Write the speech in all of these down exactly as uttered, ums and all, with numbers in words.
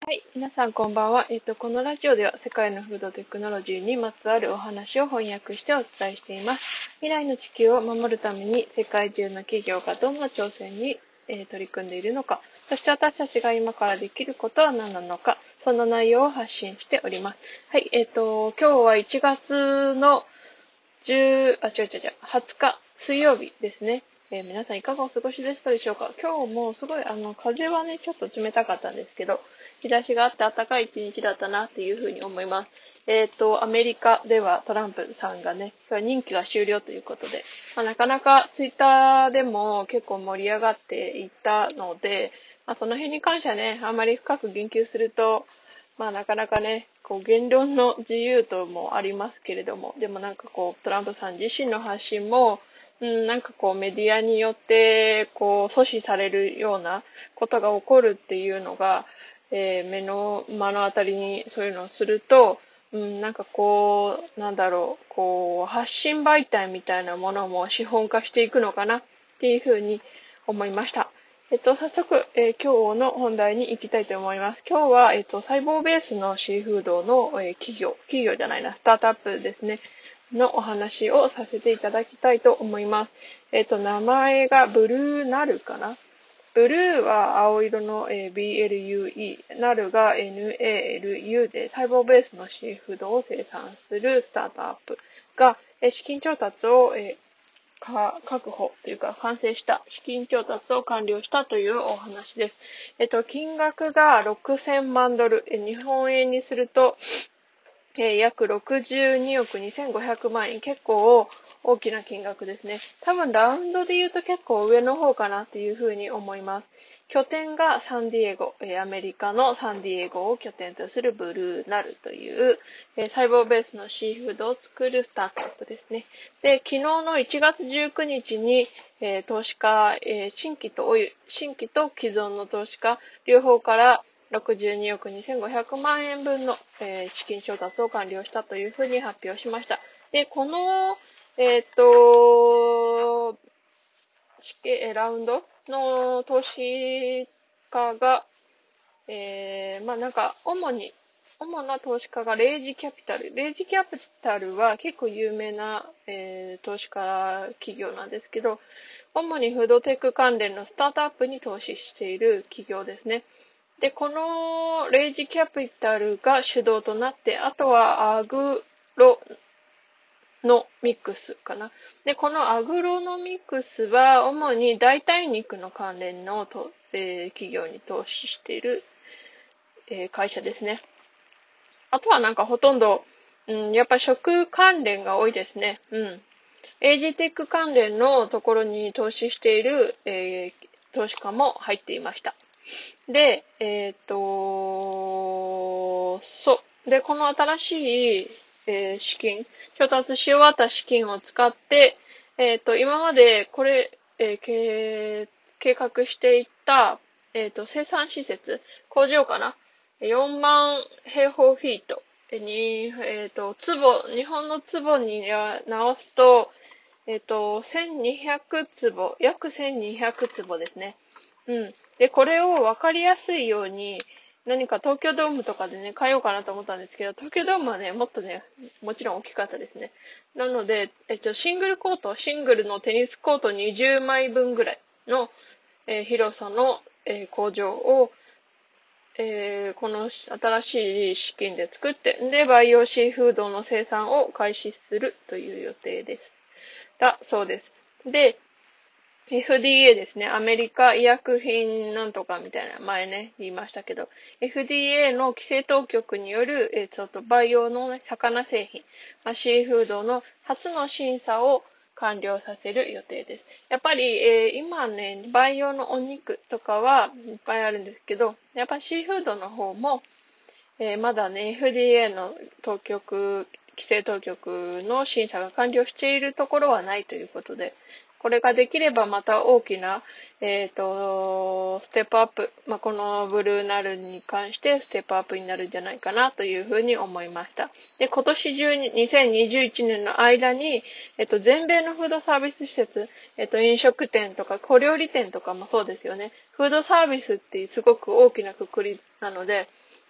はい、皆さんこんばんは。えっと、このラジオでは世界のフードテクノロジーにまつわるお話を翻訳してお伝えしています。未来の地球を守るために世界中の企業がどんな挑戦に、えー取り組んでいるのか、そして私たちが今からできることは何なのか、そんな内容を発信しております。はい、えっと、今日はいちがつのじゅう、あ、違う違う違う、はつか水曜日ですね。えー皆さんいかがお過ごしでしたでしょうか。今日もすごい、あの、風はね、ちょっと冷たかったんですけど、日差しがあって暖かい一日だったなっていうふうに思います。えっと、アメリカではトランプさんがね、今日は任期が終了ということで、まあ、なかなかツイッターでも結構盛り上がっていったので、まあ、その辺に関してはね、あまり深く言及すると、まあなかなかね、こう言論の自由ともありますけれども、でもなんかこうトランプさん自身の発信も、うん、なんかこうメディアによってこう阻止されるようなことが起こるっていうのが、えー目の目の当たりにそういうのをすると、うん、なんかこう、なんだろう、こう発信媒体みたいなものも資本化していくのかなっていうふうに思いました。えっと、早速、えー今日の本題に行きたいと思います。今日は、えっと、細胞ベースのシーフードの、えー企業、企業じゃないな、スタートアップですね、のお話をさせていただきたいと思います。えっと、名前がブルーナルかな。ブルーは青色の、えー ビーエルユーイー、ナルが エヌエーエルユー で細胞ベースのシーフードを生産するスタートアップが、えー資金調達を、えーか確保というか完成した資金調達を完了したというお話です。えっと、金額がろくせんまんドル、え日本円にすると、えー約ろくじゅうにおくにせんごひゃくまん円、結構大きな金額ですね。多分ラウンドで言うと結構上の方かなっていうふうに思います。拠点がサンディエゴ、えーアメリカのサンディエゴを拠点とするブルーナルという、えー細胞ベースのシーフードを作るスタートアップですね。で、昨日のいちがつじゅうくにちに、えー投資家、えー新規とおゆ新規と既存の投資家両方からろくじゅうにおくにせんごひゃくまん円分の、えー資金調達を完了したというふうに発表しました。で、この、えっ、と、資金ラウンドの投資家が、えー、まあなんか、主に、主な投資家がレイジキャピタル。レイジキャピタルは結構有名な、えー投資家企業なんですけど、主にフードテック関連のスタートアップに投資している企業ですね。で、このレイジキャピタルが主導となって、あとはアグロノミクスかな。で、このアグロノミクスは主に代替肉の関連のと、えー企業に投資している、えー会社ですね。あとはなんかほとんど、うん、やっぱ食関連が多いですね。うん。エイジテック関連のところに投資している、えー投資家も入っていました。で、えっ、と、そう。で、この新しい、えー資金、調達し終わった資金を使って、えっ、と、今までこれ、えー計計画していった、えっ、と、生産施設、工場かな ?よんまん平方フィートに、えっ、と、坪、日本の坪に直すと、えっ、と、せんにひゃく坪、約せんにひゃく坪ですね。うん。で、これを分かりやすいように、何か東京ドームとかでね、変えようかなと思ったんですけど、東京ドームはね、もっとね、もちろん大きかったですね。なので、えっと、シングルコート、シングルのテニスコートにじゅうまいぶんぐらいの、えー広さの、えー工場を、えーこの新しい資金で作って、で、培養シーフードの生産を開始するという予定です。だ、そうです。で、エフディーエー ですね。アメリカ医薬品なんとかみたいな前ね、言いましたけど、エフディーエー の規制当局による、えー、ちょっと培養の、ね、魚製品、まあ、シーフードの初の審査を完了させる予定です。やっぱり、えー今ね、培養のお肉とかはいっぱいあるんですけど、やっぱシーフードの方も、えーまだね、エフディーエー の当局、規制当局の審査が完了しているところはないということで、これができればまた大きな、えっと、ステップアップ、まあ、このブルーナルに関してステップアップになるんじゃないかなというふうに思いました。で、今年中に、にせんにじゅういちねんの間に、えっと、全米のフードサービス施設、えっと、飲食店とか小料理店とかもそうですよね。フードサービスってすごく大きなくくりなので、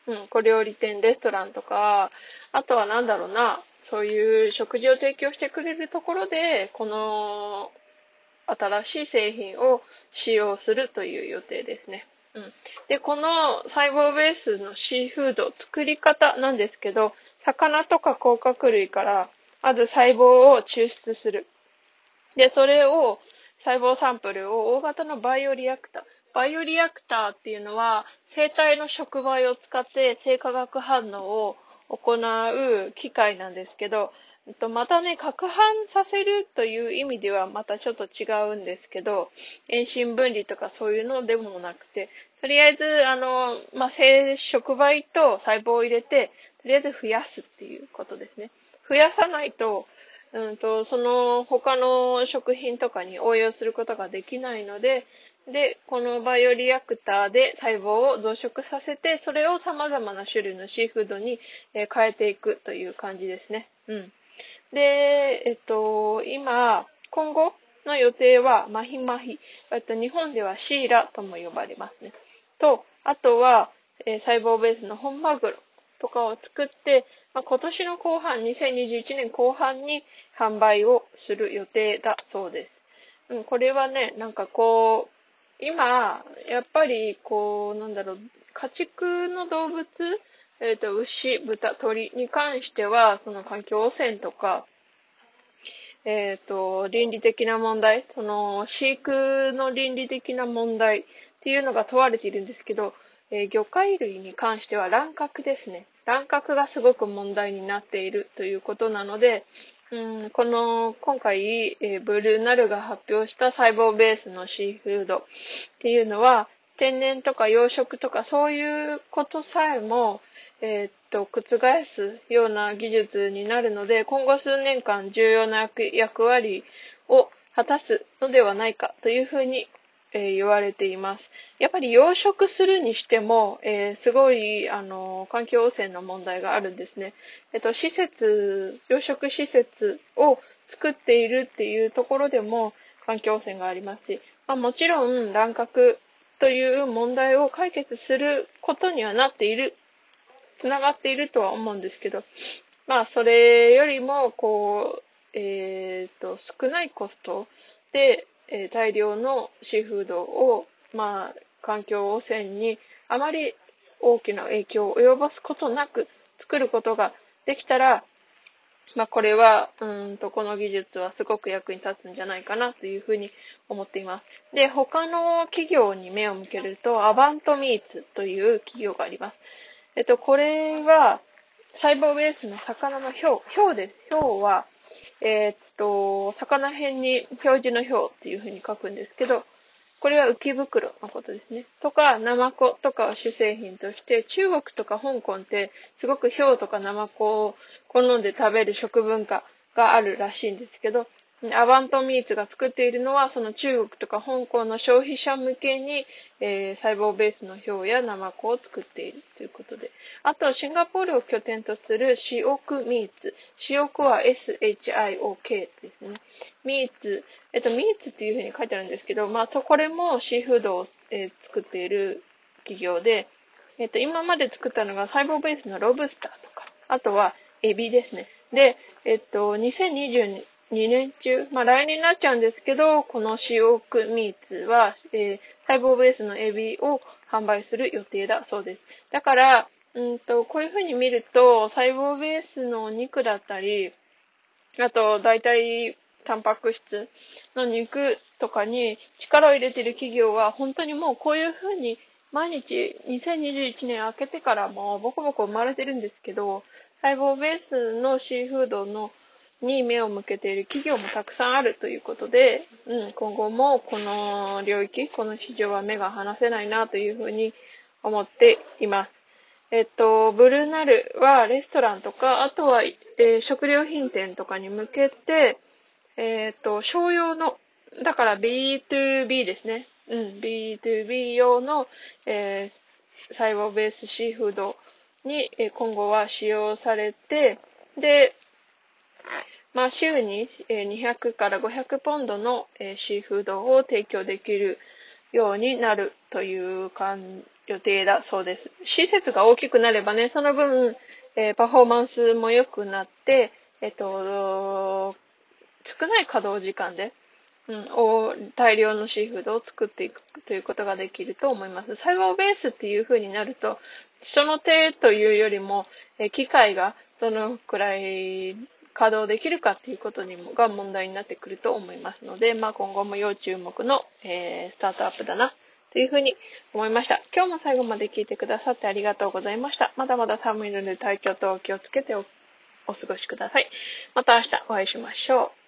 うん、小料理店、レストランとか、あとはなんだろうな、そういう食事を提供してくれるところで、この新しい製品を使用するという予定ですね。うん。で、この細胞ベースのシーフード、作り方なんですけど、魚とか甲殻類からまず細胞を抽出する。で、それを、細胞サンプルを大型のバイオリアクター。バイオリアクターっていうのは、生体の触媒を使って生化学反応を行う機械なんですけど、またね、攪拌させるという意味ではまたちょっと違うんですけど、遠心分離とかそういうのでもなくて、とりあえず、あの、まあ、生触媒と細胞を入れて、とりあえず増やすっていうことですね。増やさないと、うんと、その他の食品とかに応用することができないので、で、このバイオリアクターで細胞を増殖させて、それを様々な種類のシーフードに変えていくという感じですね。うん。で、えっと、今、今後の予定は、マヒマヒ。えっと、日本ではシーラとも呼ばれますね。と、あとは、えー細胞ベースの本マグロとかを作って、まあ、今年の後半、にせんにじゅういちねん後半に販売をする予定だそうです。うん、これはね、なんかこう、今、やっぱり、こう、なんだろう、家畜の動物、えっと、牛、豚、鶏に関しては、その環境汚染とか、えっと、倫理的な問題、その、飼育の倫理的な問題っていうのが問われているんですけど、えー魚介類に関しては乱獲ですね。乱獲がすごく問題になっているということなので、うん、この、今回、えーブルーナルが発表した細胞ベースのシーフードっていうのは、天然とか養殖とかそういうことさえも、えーっと、覆すような技術になるので、今後数年間重要な役割を果たすのではないかというふうに、えー言われています。やっぱり養殖するにしても、えーすごい、あの、環境汚染の問題があるんですね。えっと、施設、養殖施設を作っているっていうところでも環境汚染がありますし、まあ、もちろん乱獲という問題を解決することにはなっている、つながっているとは思うんですけど、まあ、それよりも、こう、えっと、少ないコストで、えー大量のシーフードを、まあ、環境汚染にあまり大きな影響を及ぼすことなく作ることができたら、まあ、これは、うんと、この技術はすごく役に立つんじゃないかなというふうに思っています。で、他の企業に目を向けると、アバントミーツという企業があります。えっと、これは、細胞ベースの魚の表、表です。表は、えーっと、魚辺に表示の表っていう風に書くんですけど、これは浮袋のことですね。とか、ナマコとかを主製品として、中国とか香港ってすごくヒョウとかナマコを好んで食べる食文化があるらしいんですけど、アバントミーツが作っているのは、その中国とか香港の消費者向けに、えー細胞ベースのヒョウやナマコを作っているということで。あと、シンガポールを拠点とするシオクミーツ。シオクは エスエイチアイオーケー ですね。ミーツ。えっと、ミーツっていう風に書いてあるんですけど、まあ、これもシーフードを、えー作っている企業で、えっと、今まで作ったのが細胞ベースのロブスターとか、あとはエビですね。で、えっと、にせんにじゅうにねん中、まあ来年になっちゃうんですけど、このシオクミーツは、えー細胞ベースのエビを販売する予定だそうです。だから、うんと、こういう風に見ると、細胞ベースのお肉だったり、あと、大体、タンパク質の肉とかに力を入れている企業は、本当にもうこういう風に、毎日にせんにじゅういちねん明けてからもボコボコ生まれてるんですけど、細胞ベースのシーフードのに目を向けている企業もたくさんあるということで、うん、今後もこの領域、この市場は目が離せないなというふうに思っています。えっと、ブルーナルはレストランとか、あとは、えー食料品店とかに向けて、えっと、商用の、だから ビーツービー ですね。うん、ビーツービー 用の、えー細胞ベースシーフードに、えー今後は使用されて、で、まあ、週ににひゃくからごひゃくポンドのシーフードを提供できるようになるという予定だそうです。施設が大きくなればね、その分、えーパフォーマンスも良くなって、えっと、少ない稼働時間で、うん、お大量のシーフードを作っていくということができると思います。細胞ベースっていう風になると、人の手というよりも、え機械がどのくらい稼働できるかっていうことにもが問題になってくると思いますので、まあ、今後も要注目の、えースタートアップだなというふうに思いました。今日も最後まで聞いてくださってありがとうございました。まだまだ寒いので体調とお気をつけて お, お過ごしください。また明日お会いしましょう。